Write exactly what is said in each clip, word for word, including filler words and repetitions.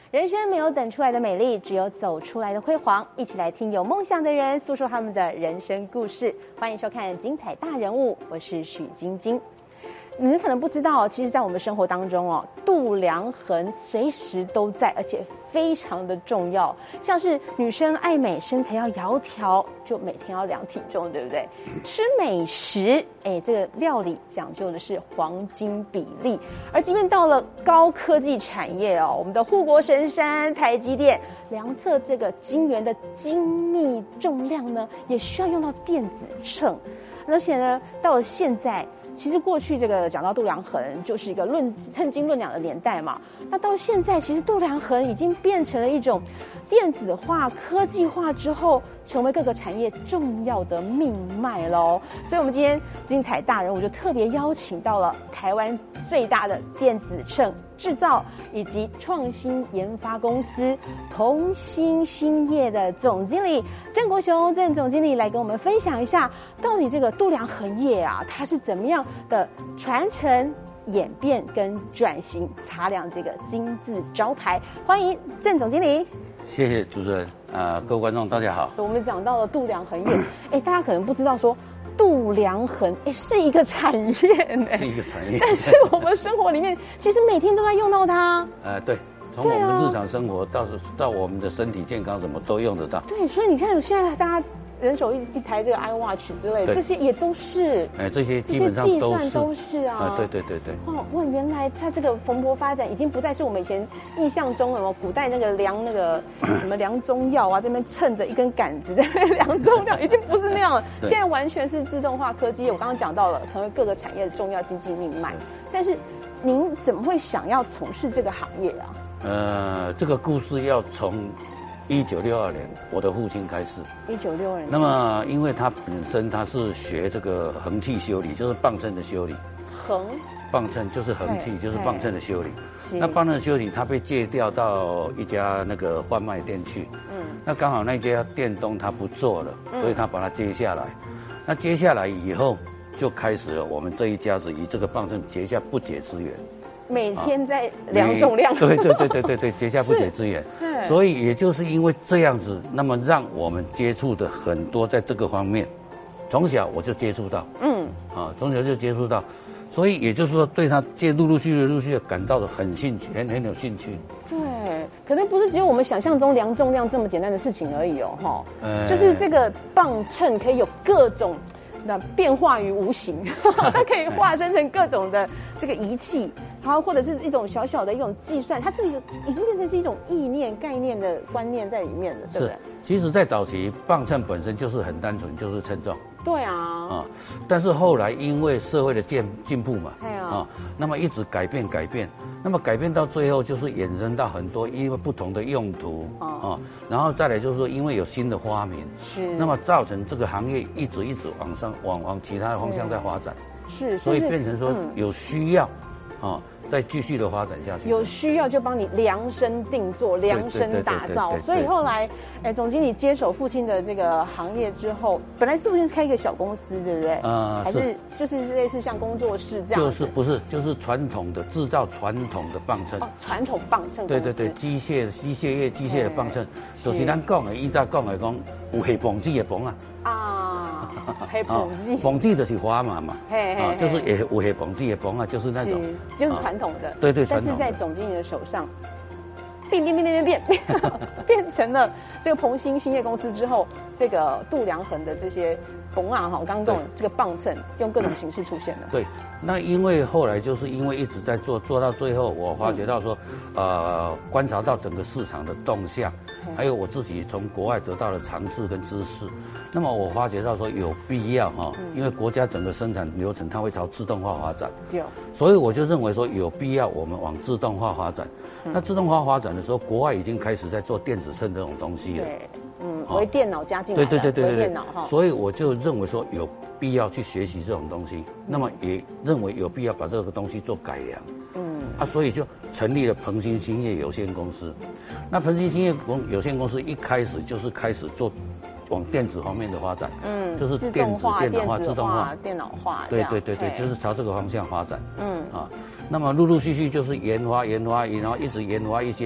人生没有等出来的美丽，只有走出来的辉煌。一起来听有梦想的人诉说他们的人生故事。欢迎收看《精彩大人物》，我是许晶晶。你们可能不知道，其实在我们生活当中哦，度量衡随时都在，而且非常的重要。像是女生爱美，身材要窈窕，就每天要量体重，对不对？吃美食，哎，这个料理讲究的是黄金比例。而即便到了高科技产业哦，我们的护国神山台积电量测这个晶圆的精密重量呢，也需要用到电子秤。而且呢，到了现在。其实过去这个讲到度量衡就是一个论称斤论两的年代嘛，那到现在其实度量衡已经变成了一种电子化、科技化之后，成为各个产业重要的命脉喽。所以我们今天精彩大人，我就特别邀请到了台湾最大的电子秤制造以及创新研发公司同心兴业的总经理郑国雄郑总经理来跟我们分享一下，到底这个度量衡业啊，它是怎么样的传承、演变跟转型，擦亮这个金字招牌。欢迎郑总经理。 谢谢主持人，呃，各位观众大家好。 我们讲到了度量衡业，哎，大家可能不知道说。度量衡哎是一个产业呢， 是一个产业， 但是我们生活里面其实每天都在用到它。 呃，对，从我们日常生活到到我们的身体健康，什么都用得到。 对，所以你看现在大家人手一一台这个 iWatch 之类的，这些也都是。 哎，这些基本上都是都是啊。 啊，对对对对。 哦，哇，原来它这个蓬勃发展，已经不再是我们以前印象中什么古代那个量那个什么量中药啊，这边称着一根杆子在那边量重量，已经不是那样了。现在完全是自动化科技，我刚刚讲到了，成为各个产业的重要经济命脉。但是您怎么会想要从事这个行业啊？ 呃，这个故事要从一九六二年我的父亲开始。 一九六二年。 那么，因为他本身他是学这个衡器修理，就是磅秤的修理。 衡。 磅秤就是衡器，就是磅秤的修理。 那磅秤的修理，他被借调到一家那个贩卖店去。嗯。那刚好那家店东他不做了，嗯、所以他把它接下来。那接下来以后，就开始了我们这一家子以这个磅秤结下不解之缘。 每天在量重量， 对对对对对对，结下不解之缘。所以也就是因为这样子，那么让我们接触的很多在这个方面，从小我就接触到，嗯，啊，从小就接触到，所以也就是说对他接陆陆续续陆续感到了很兴趣，很很有兴趣。 对，可能不是只有我们想象中量重量这么简单的事情而已哦，哈，呃，就是这个磅秤可以有各种。那变化于无形，它可以化身成各种的这个仪器，然后或者是一种小小的一种计算，它这个已经变成是一种意念、概念的观念在里面了，对不对？ 其实，在早期磅秤本身就是很单纯，就是称重。 对啊。啊， 但是后来因为社会的进进步嘛，啊，啊，那么一直改变改变，那么改变到最后就是衍生到很多因为不同的用途啊，啊，然后再来就是说因为有新的发明，是，那么造成这个行业一直一直往上往往其他的方向在发展， 是， 所以变成说有需要，啊。再继续的发展下去， 有需要就帮你量身定做、量身打造。所以后来，哎，总经理接手父亲的这个行业之后，本来是不是开一个小公司，对不对？啊、呃，还是就是类似像工作室这样？ 就是不是就是传统的制造传统的磅秤。 哦，传统磅秤。 对对对，机械机械业机械的磅秤，就是咱讲的，依照讲来讲，有黑磅子的磅啊。 啊，黑磅子。 磅子就是花嘛嘛，啊，就是也有黑磅子的磅啊，就是那种， 就是传统的。 对对， 但是在总经理的手上，变变变变变变，变成了这个鹏兴兴业公司之后，这个度量衡的这些泵啊，哈，刚刚讲这个磅秤用各种形式出现了。 对，那因为后来就是因为一直在做，做到最后，我发觉到说，嗯、呃，观察到整个市场的动向。还有我自己从国外得到的尝试跟知识，那么我发觉到说有必要哈，因为国家整个生产流程它会朝自动化发展，有，所以我就认为说有必要我们往自动化发展。那自动化发展的时候，国外已经开始在做电子秤这种东西了， 对，嗯，微电脑加进来， 对对对对对， 电脑哈， 所以我就认为说有必要去学习这种东西，那么也认为有必要把这个东西做改良，嗯，啊，所以就成立了鹏兴兴业有限公司。那鹏兴兴业有限公司一开始就是开始做往电子方面的发展，嗯，就是电子、电脑化、自动化、 电脑化， 对对对对，就是朝这个方向发展，嗯啊，那么陆陆续续就是研发、研发，然后一直研发一些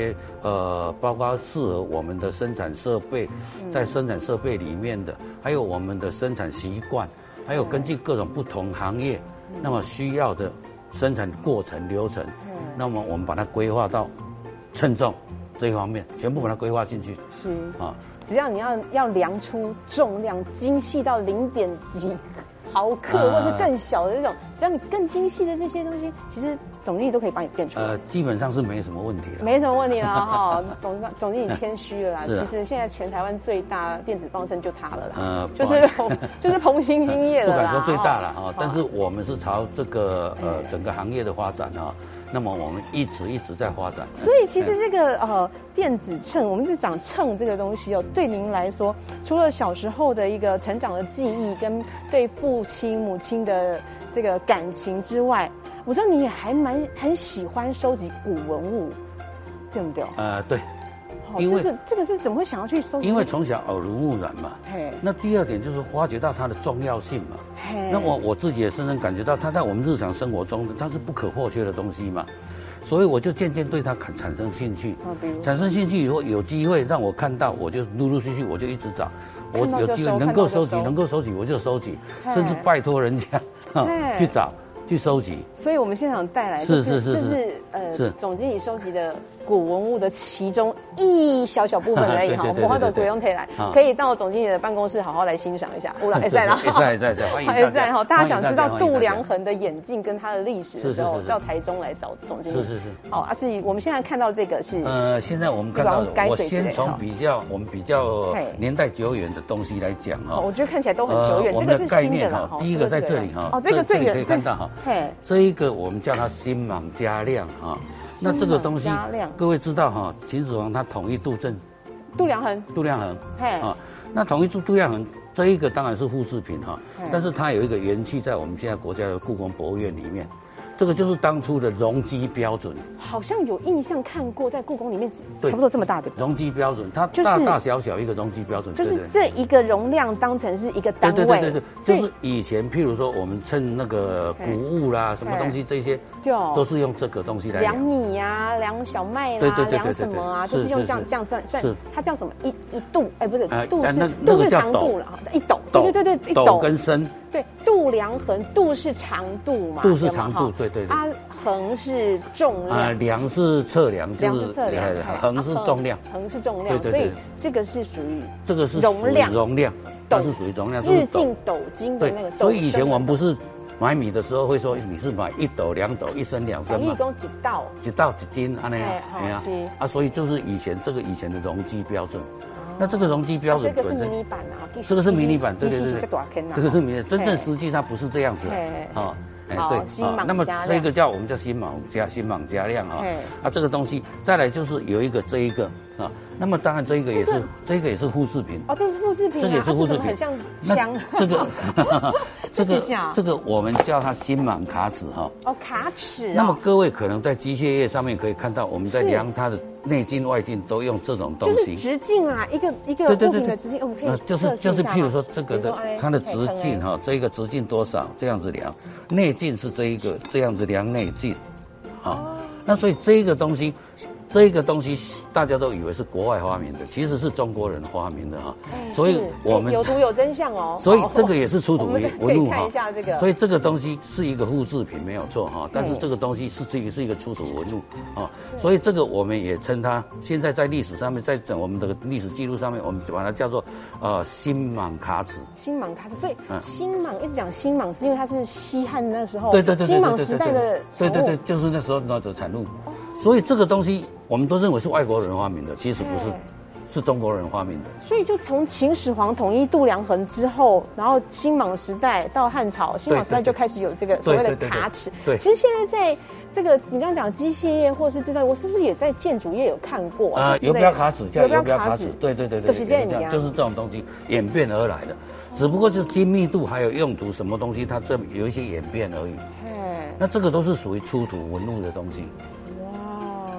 呃，包括适合我们的生产设备，在生产设备里面的，还有我们的生产习惯，还有根据各种不同行业，那么需要的生产过程流程，那么我们把它规划到称重这一方面，全部把它规划进去。 是啊，只要你要要量出重量，精细到零点几毫克，呃、或是更小的这种，只要你更精细的这些东西，其实总经理都可以帮你变出来。 呃，基本上是没什么问题了。 没什么问题了哈，总总经理谦虚了啦。 啊、 其实现在全台湾最大电子磅秤就它了啦， 呃， 就是彭就是彭星星业了啦。 不敢说最大了啊，哦、但是我们是朝这个呃整个行业的发展啊。那么我们一直一直在发展， 所以其实这个呃电子秤，我们就讲秤这个东西哦，对您来说，除了小时候的一个成长的记忆跟对父亲母亲的这个感情之外，我知道你也还蛮很喜欢收集古文物，对不对？ 呃，对。 因为这个这个是怎么会想要去收集？ 因为从小耳濡目染嘛。那第二点就是发觉到它的重要性嘛。那我我自己也深深感觉到，它在我们日常生活中，它是不可或缺的东西嘛。所以我就渐渐对它产生兴趣。啊，比如产生兴趣以后，有机会让我看到，我就陆陆续续我就一直找。我有机会能够收集，能够收集我就收集，甚至拜托人家去找去收集。 所以我们现场带来是是是是呃是总经理收集的古文物的其中一小小部分而已哈，我们都不用推来，可以到总经理的办公室好好来欣赏一下。乌拉哎在啦， 在在在，欢迎大家。 在哈，大家想知道度量衡的演进跟它的历史的时候，到台中来找总经理。 是是是。 好，啊是我们现在看到这个是呃，现在我们看到的，我先从比较我们比较年代久远的东西来讲哈。 我觉得看起来都很久远，这个是新的啦。 第一个在这里哈， 哦，这个最远可以看到哈，这一个我们叫它新莽加量哈。那这个东西，各位知道哈，秦始皇他统一度正， 度量衡， 度量衡，嘿啊，那统一度度量衡这一个当然是复制品哈，但是它有一个元器在我们现在国家的故宫博物院里面，这个就是当初的容积标准。 好像有印象看过，在故宫里面差不多这么大的容积标准，它大大小小一个容积标准， 就是这一个容量当成是一个单位。 对对对对，就是以前譬如说我们称那个谷物啦，什么东西这些。都是用这个东西来量米呀、量小麦啦、量什么啊，就是用这样这样算算，它叫什么一一度？哎，不是度是度是长度了，一斗。对对对对，一斗跟升。 对，度量衡，度是长度嘛， 度是长度，对对对。 啊，衡是重量。啊， 量是测量， 量是测量， 衡是重量， 衡是重量，所以这个是属于这个是容量， 容量，它是属于容量， 日进斗金的那个。 所以以前我们不是。买米的时候会说你是买一斗、两斗、一升、两升嘛？ 一共几道？ 几道几斤？安那样，哎呀，啊，所以就是以前这个以前的容积标准。那这个容积标准本身，这个是迷你版啊， 这个是迷你版，对对对对，这个是迷你，真正实际上不是这样子啊。 哎，对啊， 那么这个叫我们叫新莽加新莽加量啊，啊，这个东西再来就是有一个这一个啊，那么当然这一个也是这个也是复制品哦，这是复制品， 这个也是复制品， 很像枪， 这个这个这个我们叫它新莽卡尺哈， 哦，卡尺。 那么各位可能在机械业上面可以看到，我们在量它的内径外径都用这种东西， 就是直径啊，一个一个物品的直径，我们可以就是就是譬如说这个的它的直径哈，这一个直径多少这样子量，内径是这一个这样子量内径，啊，那所以这一个东西，这一个东西大家都以为是国外发明的，其实是中国人发明的哈，所以我们有图有真相哦， 所以这个也是出土文物哈， 看一下这个， 所以这个东西是一个复制品没有错哈，但是这个东西是这个是一个出土文物啊，所以这个我们也称它现在在历史上面，在我们的历史记录上面，我们把它叫做呃新莽卡尺， 新莽卡尺，所以新莽一直讲新莽是因为它是西汉那时候， 对对对， 新莽时代的对对对，就是那时候那的产物，所以这个东西我们都认为是外国人发明的，其实不是，是中国人发明的。 所以就从秦始皇统一度量衡之后，然后新莽时代到汉朝，新莽时代就开始有这个所谓的卡尺。 对， 其实现在在这个你刚刚讲机械业或是制造业，我是不是也在建筑业有看过啊？游标卡尺叫游标卡尺，对对对对， 就是这样， 就是这种东西演变而来的，只不过就是精密度还有用途什么东西，它这有一些演变而已。那这个都是属于出土文物的东西。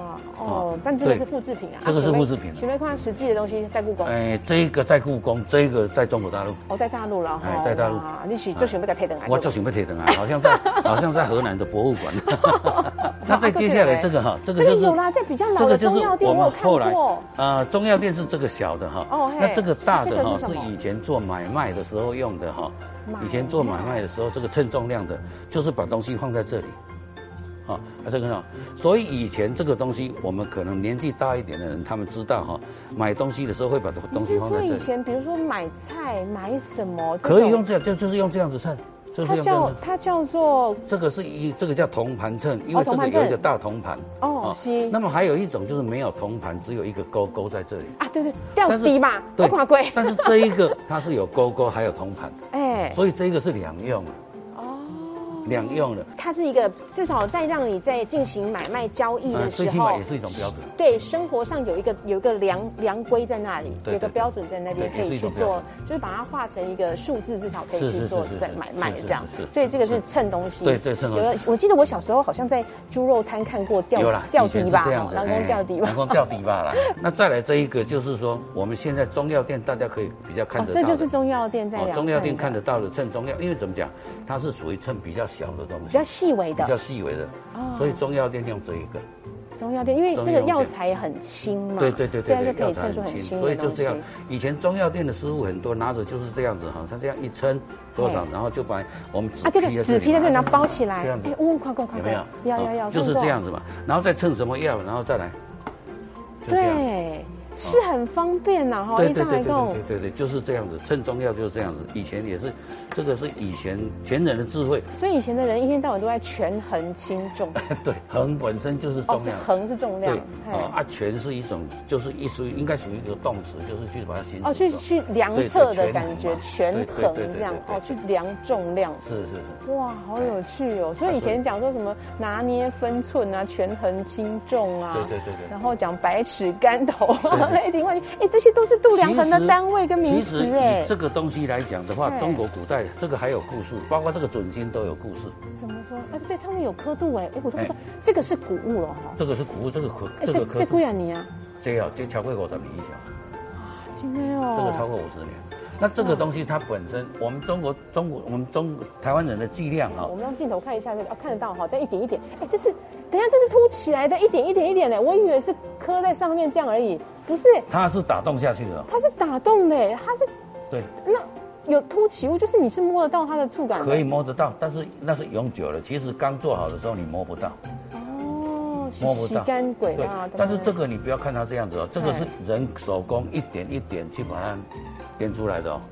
哦，但这个是复制品啊。 这个是复制品。 请问看实际的东西在故宫？ 哎，这一个在故宫，这一个在中国大陆。 哦，在大陆了。 哎，在大陆。 你是就想要给它贴等来？ 我就想要贴等来，好像在好像在河南的博物馆。那再接下来这个哈，这个就是有啦，在比较老的中药店我有看过。 呃，中药店是这个小的哈。哦。那这个大的哈是以前做买卖的时候用的哈。以前做买卖的时候，这个称重量的，就是把东西放在这里。啊，这个呢，所以以前这个东西，我们可能年纪大一点的人，他们知道哈，买东西的时候会把东西放在这里。 以前比如说买菜买什么， 可以用这样，就就是用这样子称，就是用这样子。 它叫做这个是一这个叫铜盘秤，因为这个有一个大铜盘。哦，是。那么还有一种就是没有铜盘，只有一个钩钩在这里。 啊，对对，吊底嘛，对，贵。 但是这一个它是有钩钩，还有铜盘，哎，所以这个是两用的。两用的， 它是一个至少在让你在进行买卖交易的时候， 最起码也是一种标准。 对，生活上有一个有一个量量规在那里，有一个标准在那边可以去做，就是把它画成一个数字，至少可以去做在买卖这样。所以这个是称东西。 对对，称东西。 我记得我小时候好像在猪肉摊看过吊吊底吧，人工吊底吧， 人工吊底吧啦。那再来这一个就是说，我们现在中药店大家可以比较看得到， 这就是中药店在中药店看得到的称中药，因为怎么讲，它是属于称比较小的东西， 比较细微的， 比较细微的，所以中药店用这一个。 中药店，因为那个药材很轻嘛， 对对对对， 现在就可以称出很轻， 所以就这样。以前中药店的师傅很多拿着就是这样子哈，他这样一称多少，然后就把我们纸皮纸皮在这里，然后包起来， 这样子， 哦，快快快， 有没有？ 要要要， 就是这样子嘛。然后再称什么药，然后再来， 对。是很方便呐，哈， 对对对对对对对，就是这样子，称中药就是这样子。以前也是，这个是以前前人的智慧。 所以以前的人一天到晚都在权衡轻重。 对，衡本身就是重量。 哦，是衡是重量。 对，哦啊，权是一种，就是一属于应该属于一个动词，就是去把它形容。 哦，去去量测的感觉，权衡这样，哦，去量重量。 是是是。 哇，好有趣哦！所以以前讲说什么拿捏分寸啊，权衡轻重啊， 对对对对。 然后讲百尺竿头。那一定会，哎，这些都是度量衡的单位跟名词哎。 以这个东西来讲的话，中国古代这个还有故事，包括这个准星都有故事。 怎么说？哎，对，上面有刻度哎，哎，我都不知道，这个是古物了哈。 这个是古物，这个刻，这个刻。 这几年啊？ 这要这超过五十年以上。 啊，真的哦。 这个超过五十年。那这个东西它本身，我们中国中国我们中台湾人的剂量啊， 我们用镜头看一下这个，哦，看得到哈，这一点一点，哎，这是，等一下这是凸起来的，一点一点一点的，我以为是刻在上面这样而已，不是， 它是打洞下去的， 它是打洞的，它是， 对， 那有凸起物，就是你是摸得到它的触感的， 可以摸得到，但是那是永久了，其实刚做好的时候你摸不到。 摸不到，干鬼啊！ 但是这个你不要看它这样子哦，这个是人手工一点一点去把它编出来的哦。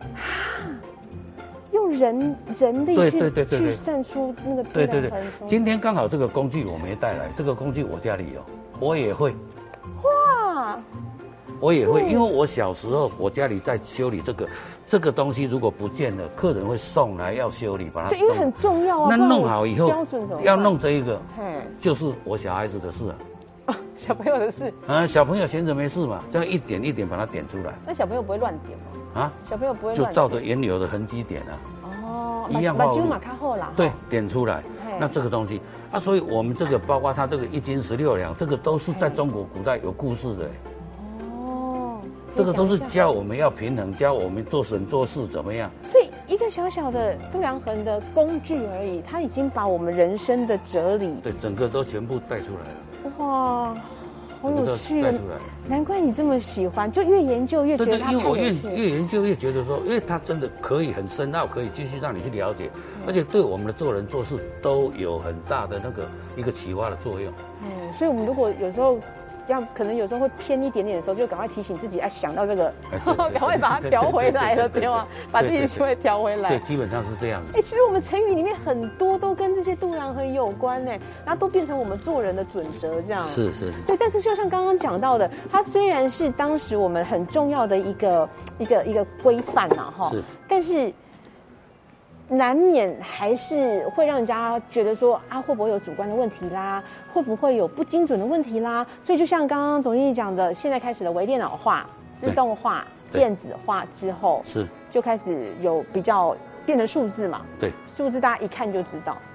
用人人力对对对对去算出那个对对对。今天刚好这个工具我没带来，这个工具我家里有，我也会。哇！我也会，因为我小时候我家里在修理这个这个东西，如果不见了，客人会送来要修理，把它。 对，因为很重要啊。 那弄好以后， 标准怎么要弄这一个，就是我小孩子的事啊。 啊，小朋友的事。 啊，小朋友闲着没事嘛，这样一点一点把它点出来。 那小朋友不会乱点吗？啊，小朋友不会。 就照着原有的痕迹点啊。 哦， 一样画。 马卡后啦。 对，点出来。那这个东西啊，所以我们这个包括它这个一斤十六两，这个都是在中国古代有故事的。这个都是教我们要平衡，教我们做人做事怎么样。 所以一个小小的度量衡的工具而已，它已经把我们人生的哲理， 对，整个都全部带出来了。 哇，好有趣！ 带出来了， 难怪你这么喜欢，就越研究越觉得它太有趣。 因为我越越研究越觉得说，因为它真的可以很深奥，可以继续让你去了解，而且对我们的做人做事都有很大的那个一个启发的作用。 嗯，所以我们如果有时候。要可能有时候会偏一点点的时候，就赶快提醒自己，哎，想到这个，赶快把它调回来了，对吗？把自己思维调回来。 对，基本上是这样的。 哎，其实我们成语里面很多都跟这些度量衡有关呢，然后都变成我们做人的准则，这样。 是是。 对，但是就像刚刚讲到的，它虽然是当时我们很重要的一个一个一个规范呐，哈，是，但是。难免还是会让人家觉得说啊，会不会有主观的问题啦？会不会有不精准的问题啦？所以就像刚刚总经理讲的，现在开始的微电脑化、自动化、电子化之后， 是就开始有比较变成数字嘛？ 对， 数字大家一看就知道。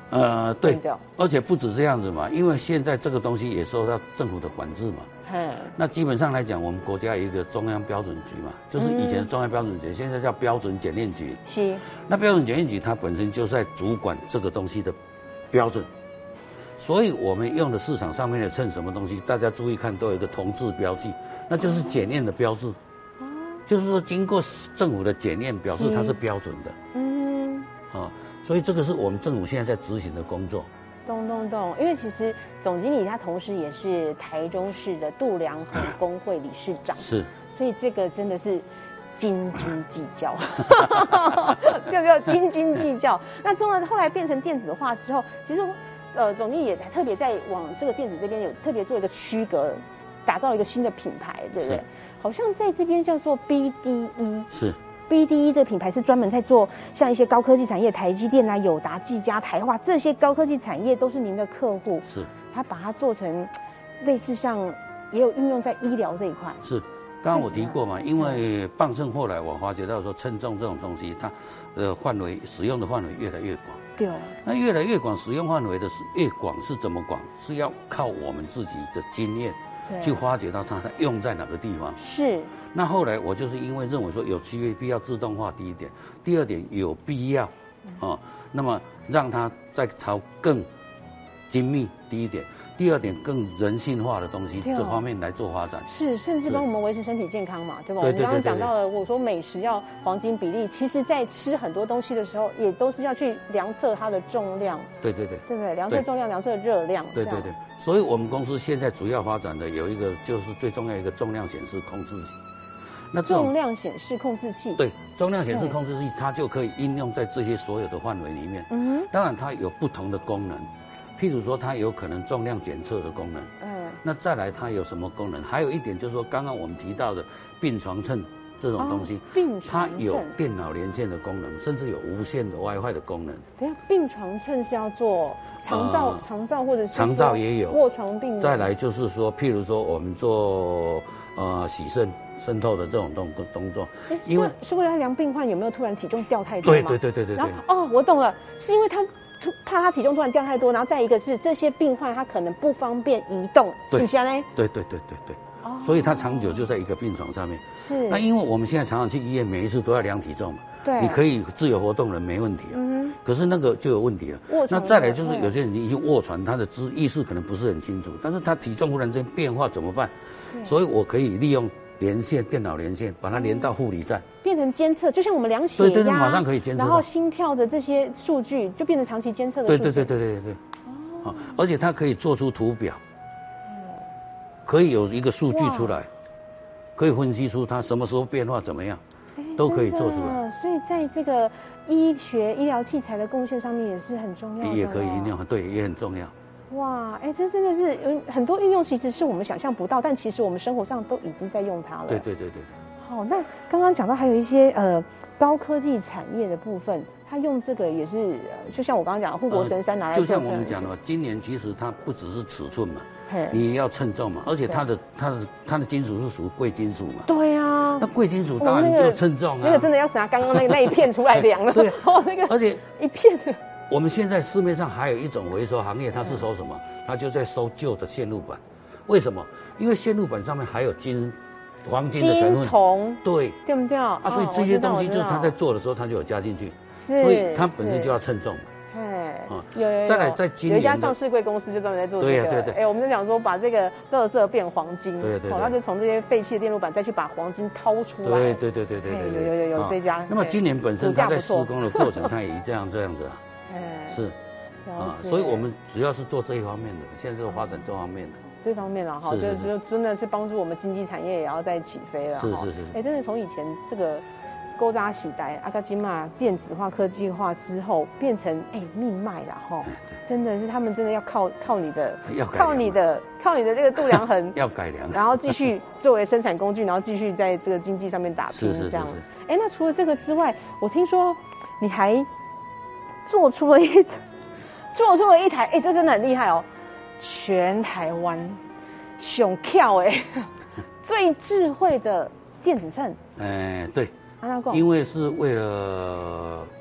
呃，对，而且不止这样子嘛，因为现在这个东西也受到政府的管制嘛。嗯。那基本上来讲，我们国家有一个中央标准局嘛，就是以前的中央标准局，现在叫标准检验局。是。那标准检验局它本身就在主管这个东西的标准，所以我们用的市场上面的称什么东西，大家注意看，都有一个铜字标记，那就是检验的标志。哦。就是说，经过政府的检验，表示它是标准的。嗯。啊。所以这个是我们政府现在在执行的工作。 懂懂懂，因为其实总经理他同时也是台中市的度量衡工会理事长， 是， 所以这个真的是斤斤计较，对不对？斤斤计较。那中了后来变成电子化之后，其实呃总经理也特别在往这个电子这边有特别做一个区隔，打造了一个新的品牌，对不对？好像在这边叫做 B D E， 是。 B D E 这个品牌是专门在做像一些高科技产业，台积电啊、友达、技嘉、台化这些高科技产业都是您的客户。 是， 他把它做成类似像也有应用在医疗这一块。 是，刚刚我提过嘛，因为磅秤后来我发觉到说称重这种东西，它的范围使用的范围越来越广。 对。 那越来越广，使用范围的是越广是怎么广？是要靠我们自己的经验去发掘到它它用在哪个地方。 是。 那后来我就是因为认为说有区必要自动化，第一点，第二点有必要，哦，那么让它再朝更精密，第一点，第二点更人性化的东西这方面来做发展。 是，甚至帮我们维持身体健康嘛，对吧？我们刚刚讲到了，我说美食要黄金比例，其实在吃很多东西的时候，也都是要去量测它的重量。 对对对， 对不对？量测重量，量测热量。 对对对，所以我们公司现在主要发展的有一个就是最重要一个重量显示控制器。 那重量显示控制器， 对，重量显示控制器，它就可以应用在这些所有的范围里面。嗯哼，当然它有不同的功能，譬如说它有可能重量检测的功能。嗯，那再来它有什么功能？还有一点就是说，刚刚我们提到的病床秤这种东西， 病它有电脑连线的功能，甚至有无线的 WiFi 的功能。 等下，病床秤是要做长照、长照或者是长照也有卧床病人。 再来就是说，譬如说我们做呃洗肾。渗透的这种动动作， 因为是为了量病患有没有突然体重掉太多吗？ 对对对对对。 然后哦，我懂了，是因为他怕他体重突然掉太多，然后再一个是这些病患他可能不方便移动， 对， 是不是呢？ 对对对对对。哦。所以他长久就在一个病床上面。 是。 那因为我们现在常常去医院，每一次都要量体重嘛。 对。 你可以自由活动了，没问题啊。嗯。可是那个就有问题了。卧床。那再来就是有些人已经卧床，他的知意识可能不是很清楚，但是他体重忽然间变化怎么办？所以我可以利用。连线电脑连线，把它连到护理站， 变成监测，就像我们量血压， 对对对，马上可以监测， 然后心跳的这些数据就变成长期监测的数据。 对对对对对对。哦。而且它可以做出图表，可以有一个数据出来，可以分析出它什么时候变化怎么样，都可以做出来。 所以在这个医学医疗器材的贡献上面也是很重要的。 也可以应用，对，也很重要。 哇，哎，这真的是有很多应用，其实是我们想象不到，但其实我们生活上都已经在用它了。 对对对对。 好，那刚刚讲到还有一些呃高科技产业的部分，它用这个也是，就像我刚刚讲的护国神山拿来、呃。 就像我们讲的，今年其实它不只是尺寸嘛，你也要称重嘛，而且它的它的它的金属是属于贵金属嘛。 对啊。 那贵金属当然就称重啊。 那个真的要拿刚刚那个那一片出来量了。对。哦，那个。 而且一片的。 我们现在市面上还有一种回收行业，它是收什么？它就在收旧的线路板。为什么？因为线路板上面还有金、黄金的成分。 金铜。 对。 对不对啊？ 所以这些东西就是它在做的时候，它就有加进去。 是。 所以它本身就要称重。 哎。啊，有有有。 再来，在今年有一家上市贵公司就专门在做这个。 对呀对对。 哎，我们就讲说把这个垃圾变黄金。 对对。 好，他就从这些废弃的电路板再去把黄金掏出来。 对对对对对对。 有有有有这家。 那么今年本身它在施工的过程，它也这样这样子啊。 哎。 是。啊，所以我们主要是做这一方面的，现在是发展这方面的。 这方面了哈，就就真的是帮助我们经济产业也要再起飞了。 是是是。 哎，真的从以前这个勾扎时代、阿卡金嘛电子化、科技化之后，变成哎命脉了哈。真的是他们真的要靠靠你的，靠你的靠你的这个度量衡要改良， 然后继续作为生产工具，然后继续在这个经济上面打拼这样。哎，那除了这个之外，我听说你还做出了一。做出了一台，哎、欸，这真的很厉害哦！全台湾最巧哎，最智慧的电子秤。 哎、呃，对，因为是为了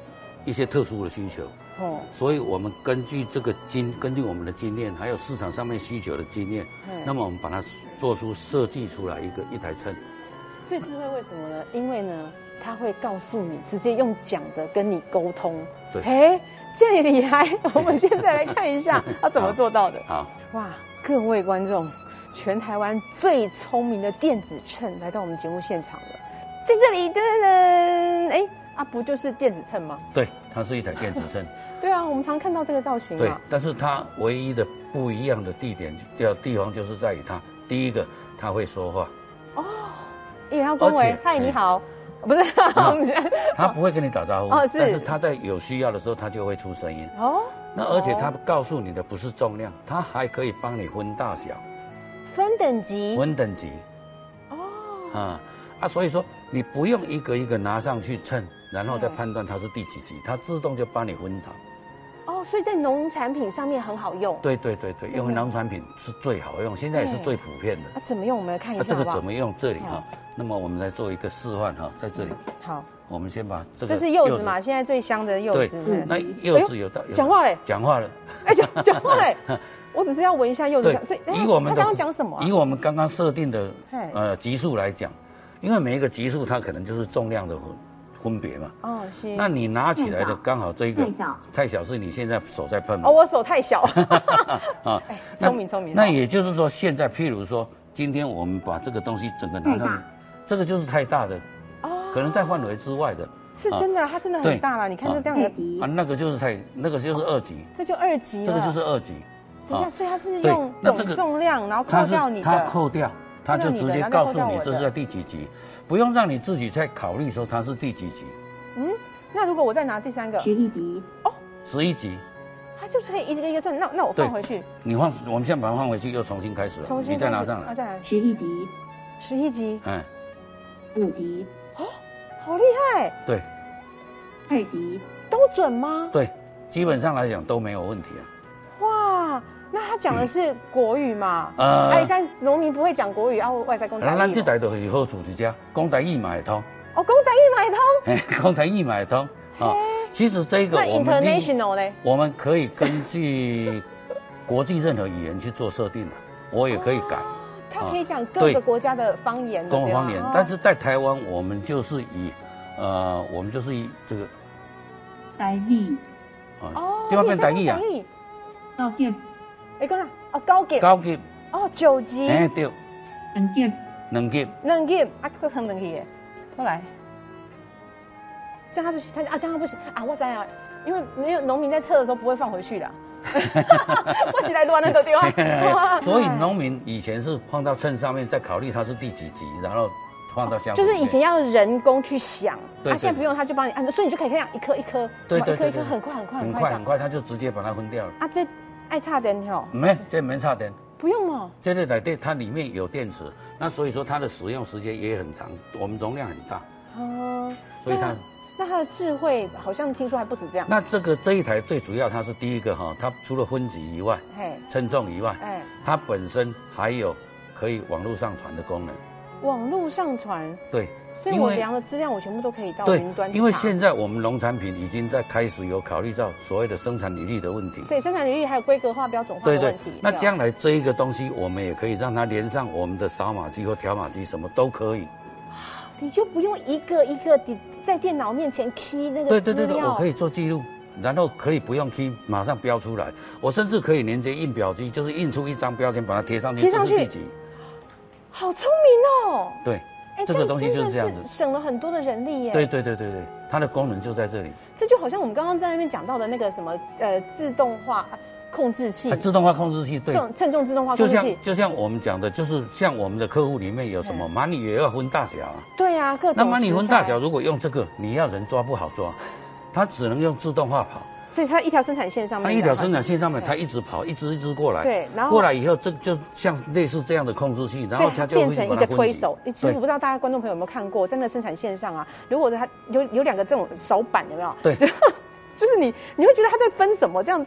一些特殊的需求。哦，所以我们根据这个经，根据我们的经验，还有市场上面需求的经验，那么我们把它做出设计出来一个一台秤。 最智慧为什么呢？因为呢，他会告诉你，直接用讲的跟你沟通。 对， 哎，这里厉害！我们现在来看一下他怎么做到的。 好， 哇，各位观众，全台湾最聪明的电子秤来到我们节目现场了，在这里，噔噔噔，哎，啊，不就是电子秤吗？ 对，它是一台电子秤。 对啊，我们常看到这个造型啊。 对，但是它唯一的不一样的地点，叫地方就是在于它，第一个它会说话。哦，因为它恭维，嗨，你好，不是， 它不会跟你打招呼， 哦，是， 但是它在有需要的时候，它就会出声音。哦，那而且它告诉你的不是重量，它还可以帮你分大小， 分等级， 分等级。哦，啊啊，所以说你不用一个一个拿上去称，然后再判断它是第几级，它自动就帮你分好。 哦，所以在农产品上面很好用。 对对对对，用农产品是最好用，现在也是最普遍的。 啊，怎么用？我们来看一下好不好。啊，这个怎么用？这里哈，那么我们来做一个示范哈，在这里。 好， 我们先把这个。 这是柚子嘛？现在最香的柚子。 对，那柚子有到讲话嘞， 讲话了。 哎，讲讲话嘞，我只是要闻一下柚子香。 所以以我们他刚刚讲什么？ 以我们刚刚设定的呃级数来讲，因为每一个级数它可能就是重量的分别嘛。哦，是。那你拿起来的刚好这个太小，太小是你现在手在碰嘛？ 哦，我手太小。啊，聪明聪明。 那也就是说，现在譬如说，今天我们把这个东西整个拿上，这个就是太大的，哦，可能在范围之外的。 是真的，它真的很大了。你看这这样的啊，那个就是太，那个就是二级。 这就二级了。 这个就是二级。 等一下，所以它是用总重量，然后扣掉你的。 它扣掉，它就直接告诉你这是在第几级，不用让你自己再考虑说它是第几级。 嗯，那如果我再拿第三个， 十一级哦， 十一级， 它就是可以一个一个算。那那我放回去， 你放，我们现在把它放回去，又重新开始了。 重新你再拿上来， 啊，再来十一级， 十一级， 嗯， 五级， 哦，好厉害， 对， 二级都准吗？ 对，基本上来讲都没有问题啊。 哇，那他讲的是国语嘛？呃，哎，但农民不会讲国语，啊，外在讲台语。 咱这台就是好处一家，讲台语嘛会通。 哦，讲台语嘛会通。 哎，讲台语嘛会通。啊，其实这个我们 international 呢， 我们可以根据国际任何语言去做设定的，我也可以改。 它可以讲各个国家的方言。 各个方言，但是在台湾我们就是以，呃，我们就是以这个台语。 哦，这方面台语啊。 高级。 哎，讲啦，哦，高级。 高级。 哦，九级。 哎，对。 两级。 两级。 两级，啊，搁横两级的，过来。这样他不行，他啊这样他不行啊！我知道，因为没有农民在测的时候不会放回去的。我起来乱那个地方。 所以农民以前是放到秤上面，再考虑它是第几级，然后放到箱。 就是以前要人工去想，啊，现在不用，他就帮你按，所以你就可以这样一颗一颗， 对对对， 一颗一颗很快很快很快很快，他就直接把它分掉了。 啊，这爱插电哦？ 没，这没插电。 不用嘛。 这个来电它里面有电池，那所以说它的使用时间也很长，我们容量很大。哦。所以它。 那它的智慧好像听说还不止这样。 那这个这一台最主要，它是第一个哈，它除了分级以外，称重以外，哎，它本身还有可以网络上传的功能。 网络上传？ 对。 所以我量的资料我全部都可以到云端去查。 因为现在我们农产品已经在开始有考虑到所谓的生产履历的问题。 所以生产履历还有规格化、标准化的问题。 对对。那将来这一个东西，我们也可以让它连上我们的扫码机或条码机，什么都可以。 你就不用一个一个的在电脑面前 key 那个资料。 对对对对，我可以做记录，然后可以不用 key， 马上标出来。我甚至可以连接印表机，就是印出一张标签，把它贴上去， 贴上去。 这是第几？ 好聪明哦！ 对，这个东西就是这样子， 省了很多的人力耶。 对对对对对，它的功能就在这里。 这就好像我们刚刚在那边讲到的那个什么呃自动化控制器， 自动化控制器，对， 称重自动化控制器， 就像就像我们讲的，就是像我们的客户里面有什么蚂蚁也要分大小啊。 对啊，各种。 那蚂蚁分大小，如果用这个，你要人抓不好抓，它只能用自动化跑。 所以它一条生产线上面， 它一条生产线上面，它一直跑，一直一直过来。 对，然后过来以后，这就像类似这样的控制器，然后它就会变成一个推手。其实我不知道大家观众朋友有没有看过，在那个生产线上啊，如果它有有两个这种手板，有没有？ 对。 就是你你会觉得它在分什么这样。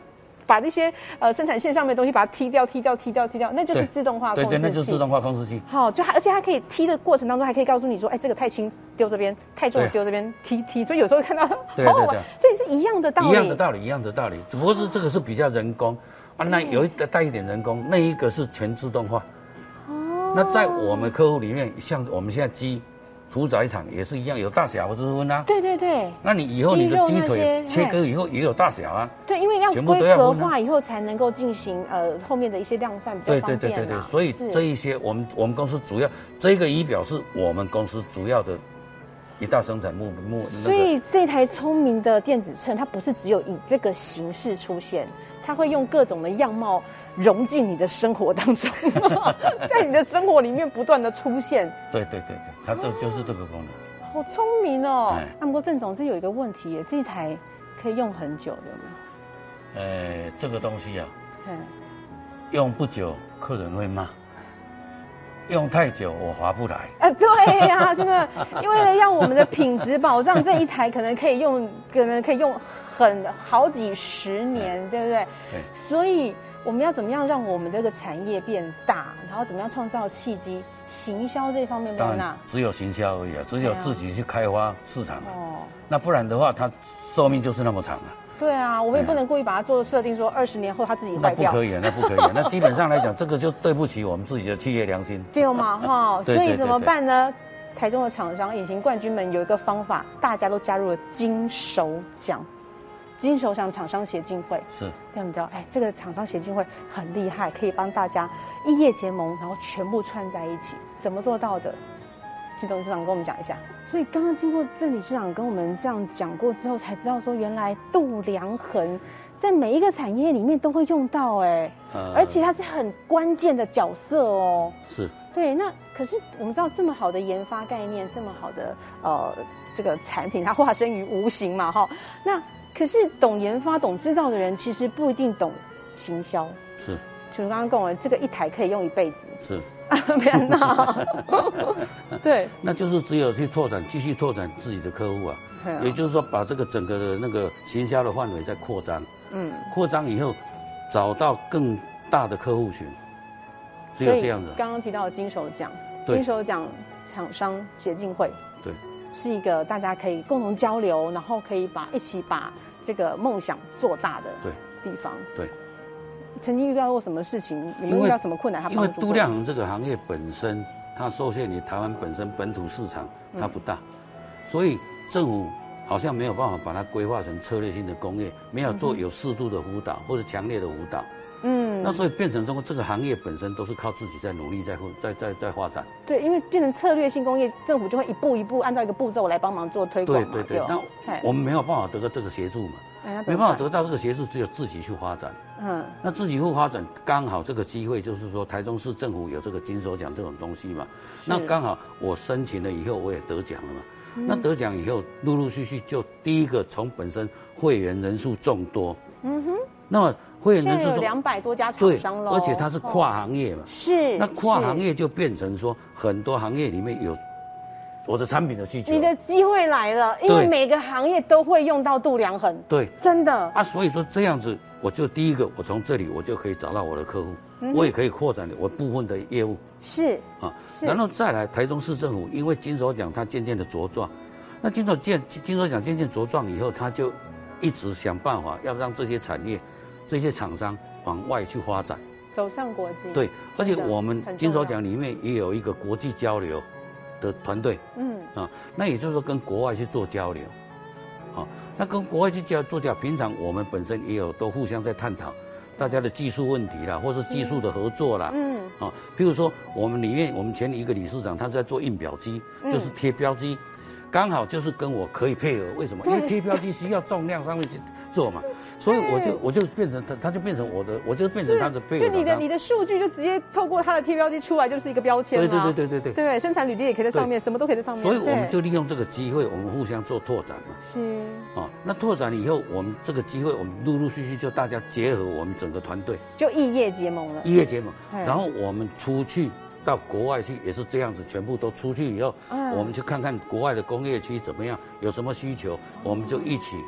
把那些呃生产线上面的东西把它踢掉、踢掉、踢掉、踢掉，那就是自动化控制器。 对对，那就是自动化控制器。 好，就还而且它可以踢的过程当中，还可以告诉你说，哎，这个太轻丢这边，太重丢这边，踢踢。所以有时候看到好好玩，所以是一样的道理。 一样的道理，一样的道理，只不过是这个是比较人工啊，那有一带一点人工，那一个是全自动化。哦。那在我们客户里面，像我们现在鸡。屠宰场也是一样，有大小之分啊。 对对对。 那你以后你的鸡腿切割以后也有大小啊。 对，因为要规格化以后才能够进行呃后面的一些量贩比较方便。对对对对对， 所以这一些我们我们公司主要这个仪表是我们公司主要的一大生产目目。 所以这台聪明的电子秤，它不是只有以这个形式出现，它会用各种的样貌融进你的生活当中，在你的生活里面不断的出现。 对对对对，它这就是这个功能。 好聪明哦！那不过郑总，这有一个问题耶，这一台可以用很久，有没有？ 呃，这个东西啊，用不久客人会骂，用太久我划不来。 啊，对呀、啊，真的，因为呢，要我们的品质保障，这一台可能可以用，可能可以用很好几十年，对不对？对。所以我们要怎么样让我们这个产业变大，然后怎么样创造契机？行销这方面没有那， 只有行销而已啊，只有自己去开发市场啊。哦。那不然的话，它寿命就是那么长啊。 对啊，我们也不能故意把它做设定说二十年后它自己坏掉。 那不可以啊，那不可以啊。那基本上来讲，这个就对不起我们自己的企业良心。 对嘛哈，所以怎么办呢？台中的厂商、隐形冠军们有一个方法，大家都加入了金手奖。金手奖厂商协进会是， 对不对？哎，这个厂商协进会很厉害，可以帮大家异业结盟，然后全部串在一起。怎么做到的？金董事长跟我们讲一下。所以刚刚经过郑理事长跟我们这样讲过之后，才知道说原来度量衡在每一个产业里面都会用到，哎、呃，而且它是很关键的角色哦。 是。对， 那可是我们知道这么好的研发概念，这么好的呃这个产品，它化身于无形嘛，哈，那。可是懂研发、懂制造的人，其实不一定懂行销。 是， 就是刚刚跟我这个一台可以用一辈子。 是， 没人闹。对， 那就是只有去拓展，继续拓展自己的客户啊。啊也就是说，把这个整个的那个行销的范围再扩张。嗯。扩张以后，找到更大的客户群，只有这样子。 刚刚提到的金手奖，金手奖厂商协进会。 对。 是一个大家可以共同交流，然后可以把一起把这个梦想做大的地方。 对， 曾经遇到过什么事情？你们遇到什么困难？他因为度量衡这个行业本身，它受限于台湾本身本土市场它不大，嗯、所以政府好像没有办法把它规划成策略性的工业，没有做有适度的辅导或者强烈的辅导。嗯，那所以变成中这个行业本身都是靠自己在努力在在在在发展。 对，因为变成策略性工业，政府就会一步一步按照一个步骤来帮忙做推广嘛。 对对对，那我们没有办法得到这个协助嘛，哎、没办法得到这个协助，只有自己去发展。嗯，那自己去发展，刚好这个机会就是说，台中市政府有这个金手奖这种东西嘛，那刚好我申请了以后，我也得奖了嘛。嗯、那得奖以后，陆陆续续就第一个从本身会员人数众多，嗯哼，那么。会员人数有两百多家厂商了， 而且它是跨行业嘛， 是、 哦、那跨行业就变成说很多行业里面有我的产品的需求， 你的机会来了，因为每个行业都会用到度量衡， 对， 真的啊，所以说这样子，我就第一个，我从这里我就可以找到我的客户，嗯、我也可以扩展我部分的业务， 是啊， 然后再来台中市政府，因为金手奖它渐渐的茁壮，那金手奖金手奖渐渐茁壮以后，他就一直想办法要让这些产业。这些厂商往外去发展， 走上国际。 对，而且我们金手奖里面也有一个国际交流的团队，嗯啊，那也就是说跟国外去做交流，啊，那跟国外去交做交流，平常我们本身也有都互相在探讨大家的技术问题啦，或是技术的合作啦，嗯啊，譬如说我们里面我们前一个理事长他是在做印表机，嗯、就是贴标机，刚好就是跟我可以配合，为什么？因为贴标机需要重量上面去做嘛。所以我就我就变成他，他就变成我的，我就变成他的配合。 就你的你的数据就直接透过他的贴标机出来，就是一个标签了。 对对对对对对。 对，生产履历也可以在上面，什么都可以在上面。 所以我们就利用这个机会，我们互相做拓展嘛。 是。 哦，那拓展以后，我们这个机会，我们陆陆续续就大家结合我们整个团队， 就异业结盟了。 异业结盟，然后我们出去到国外去也是这样子，全部都出去以后，嗯、我们去看看国外的工业区怎么样，有什么需求，我们就一起。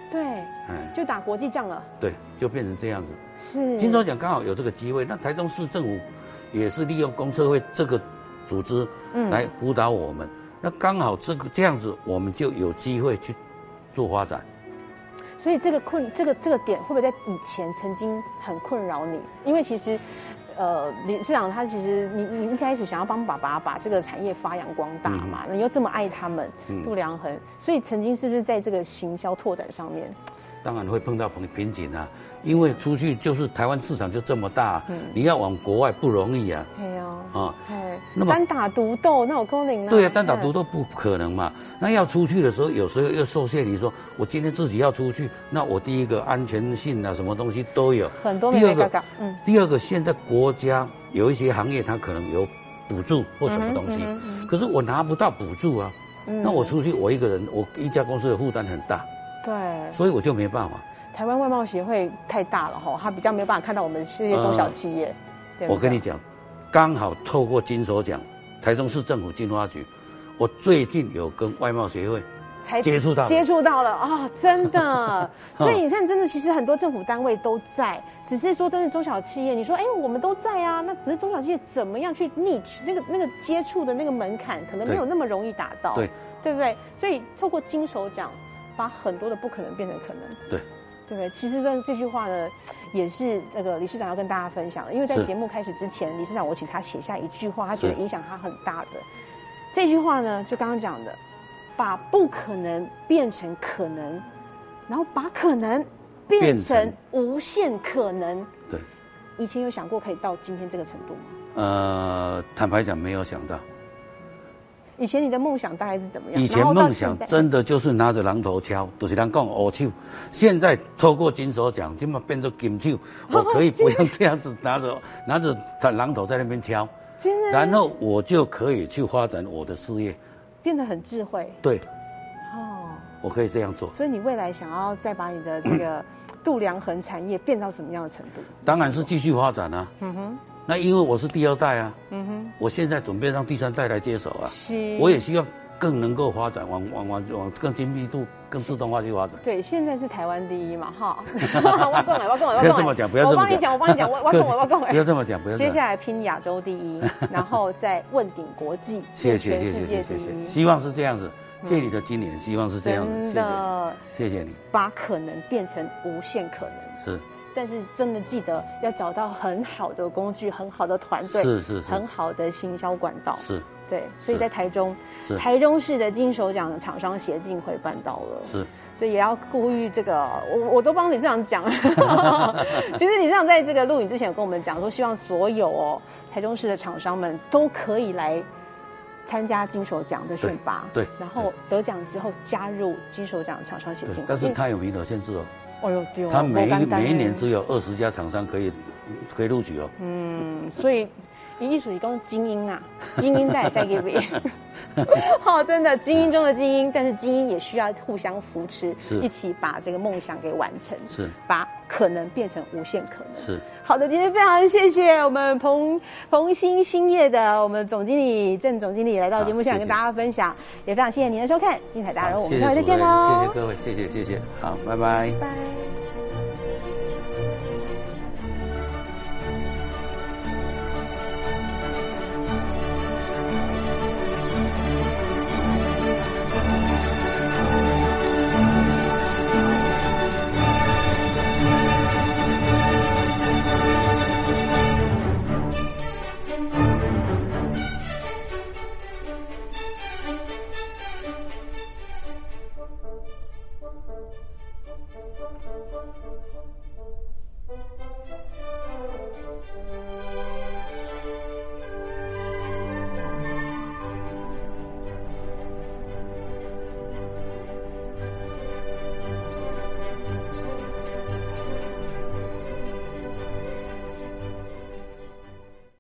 对， 哎， 就打国际仗了。 对，就变成这样子。 是。 金手奖刚好有这个机会，那台中市政府也是利用公测会这个组织来辅导我们，嗯、那刚好这个这样子，我们就有机会去做发展。 所以这个困这个这个点会不会在以前曾经很困扰你？因为其实，呃，理事长他其实你你一开始想要帮爸爸把这个产业发扬光大嘛，嗯、你又这么爱他们，度量衡，所以曾经是不是在这个行销拓展上面？ 当然会碰到瓶瓶颈啊，因为出去就是台湾市场就这么大，嗯、你要往国外不容易啊。 对哦。 啊， 那么单打独斗那有可能啊？ 对啊，单打独斗不可能嘛。那要出去的时候，有时候又受限于说，我今天自己要出去，那我第一个安全性啊，什么东西都有。 很多。 第二个， 嗯， 第二个，现在国家有一些行业它可能有补助或什么东西，嗯嗯嗯、可是我拿不到补助啊。嗯、那我出去，我一个人，我一家公司的负担很大。 对。 所以我就没办法。 台湾外贸协会太大了哈，它比较没有办法看到我们这些中小企业。呃、对对我跟你讲，刚好透过金手奖，台中市政府经发局，我最近有跟外贸协会才接触到接触到了啊、哦，真的。所以你看，真的其实很多政府单位都在，只是说真的中小企业，你说哎我们都在啊，那只是中小企业怎么样去 niche 那个那个接触的那个门槛，可能没有那么容易达到， 对对不对？所以透过金手奖，把很多的不可能变成可能， 对。 对不对？其实这这句话呢，也是那个理事长要跟大家分享的。因为在节目开始之前，理事长我请他写下一句话，他觉得影响他很大的。这句话呢，就刚刚讲的，把不可能变成可能，然后把可能变成无限可能。 对。 以前有想过可以到今天这个程度吗？ 呃，坦白讲，没有想到。 以前你的梦想大概是怎么样？ 以前梦想真的就是拿着榔头敲，就是人讲乌手。现在透过金手奖，今嘛变成金手，我可以不用这样子拿着拿着榔头在那边敲， 真的。 然后我就可以去发展我的事业， 变得很智慧。 对。 哦。 我可以这样做。 所以你未来想要再把你的这个度量衡产业变到什么样的程度？ 当然是继续发展啊。嗯哼。那因为我是第二代啊，嗯哼，我现在准备让第三代来接手啊，是，我也希望更能够发展，往往往往更精密度、更自动化去发展。 对，现在是台湾第一嘛，哈，我讲来，我讲来， 不要这么讲，不要这么讲， 我帮你讲，我帮你讲，我我讲我我讲来， 不要这么讲，不要。 接下来拼亚洲第一，然后再问鼎国际， 谢谢谢谢谢谢谢谢，希望是这样子，借你的金莲，希望是这样子， 真的， 谢谢你， 把可能变成无限可能，是。但是真的记得要找到很好的工具、很好的团队， 是是是， 很好的行销管道， 是， 对。所以在台中，台中市的金手奖的厂商协进会办到了， 是。 所以也要呼吁这个，我我都帮理事长讲。其实理事长在这个录影之前有跟我们讲说，希望所有哦台中市的厂商们都可以来参加金手奖的选拔， 对， 然后得奖之后加入金手奖厂商协进会， 但是它有名额限制哦。 哦呦，对哦， 他每一每一年只有二十家厂商可以可以录取哦。 嗯，所以艺术理工精英啊，精英在在给别。好，真的精英中的精英，但是精英也需要互相扶持，一起把这个梦想给完成， 是把可能变成无限可能。 是好的，今天非常谢谢我们鹏鹏兴兴业的我们总经理郑总经理来到节目现场跟大家分享，也非常谢谢您的收看，精彩大人物，我们下回再见喽！ 谢谢各位，谢谢谢谢，好，拜拜， 拜。